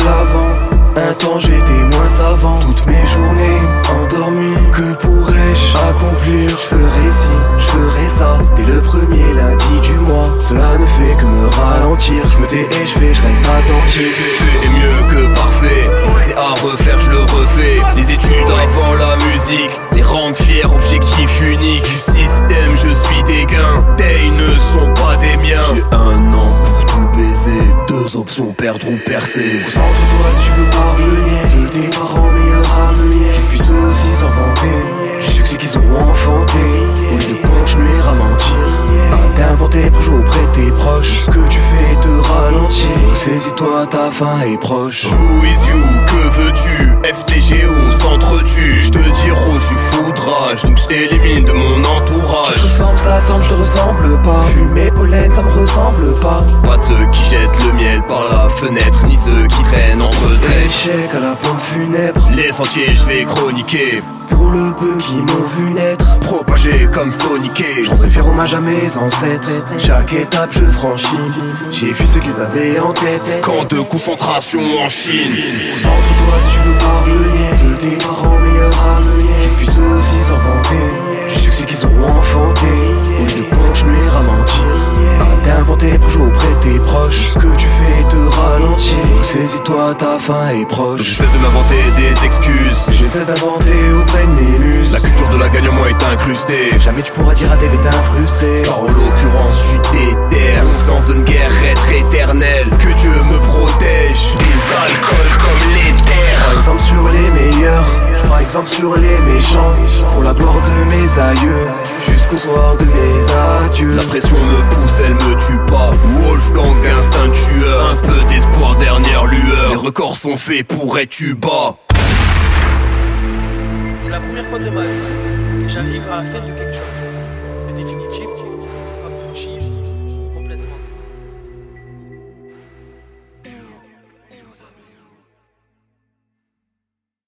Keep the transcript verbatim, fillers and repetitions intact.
l'avant. Un temps j'étais moins savant. Toutes mes journées endormies. Que pourrais-je accomplir? Je ferais ci, je ferais ça. Dès le premier lundi du mois, cela ne fait que me ralentir. Je me tais et je fais, je reste attentif. Fait est mieux que parfait. C'est à refaire, je le refais. Les études avant la musique, les rendre fiers, objectif unique. Du système, je suis des gains. Tes ne sont pas des miens. J'ai un an pour tout baiser. Deux options, perdre ou percer. Concentre-toi si tu veux parvenir. De tes parents meilleurs avenir. Qu'ils puissent aussi s'en vanter du succès qu'ils auront enfanté. Au lieu de continuer à mentir, à t'inventer pour jouer auprès de tes proches. Ce que tu fais te ralentir. Saisis-toi, ta fin est proche. Who is you? Que veux-tu? F T G ou on s'entretue? Je te dis oh je suis foudrage, donc je t'élimine de mon entourage. Je ressemble, ça semble, je te ressemble pas. Fumée, pollen, ça me ressemble pas. Pas de ceux qui jettent le miel par la fenêtre, ni ceux qui traînent entre têtes. Échec à la pompe funèbre. Les sentiers je vais chroniquer. Pour le peu qui m'ont vu naître, propagé comme soniqué. Je rendrai fier hommage à mes ancêtres. Chaque étape je franchis. J'ai vu ce qu'ils avaient en tête. Camp de concentration en Chine. Concentre-toi si tu veux parvenir. De tes parents meilleurs avenir. Qu'ils puissent aussi s'en vanter du succès qu'ils auront enfanté. Au lieu de continuer à mentir, à t'inventer pour jouer auprès de tes proches. Ce que tu fais te ralentir. Saisis-toi, ta fin est proche. Je cesse de m'inventer des excuses. Je cesse d'inventer auprès de mes muses. La culture de la gagne en moi est incrustée. Jamais tu pourras dire à des bêtas frustrés. Car en l'occurrence je suis déter. Conscience d'une guerre être éternelle. Que Dieu me protège. Des alcools comme l'éther. Je prends exemple sur les meilleurs. Je prends exemple sur les méchants. Pour la gloire de mes aïeux. Jusqu'au soir de mes adieux. La pression me pousse, elle me tue pas. Wolfgang, instinct tueur. Un peu d'espoir, dernière lueur. Les records sont faits pour être tu bas. C'est la première fois de ma vie que j'arrive à la fête de quelque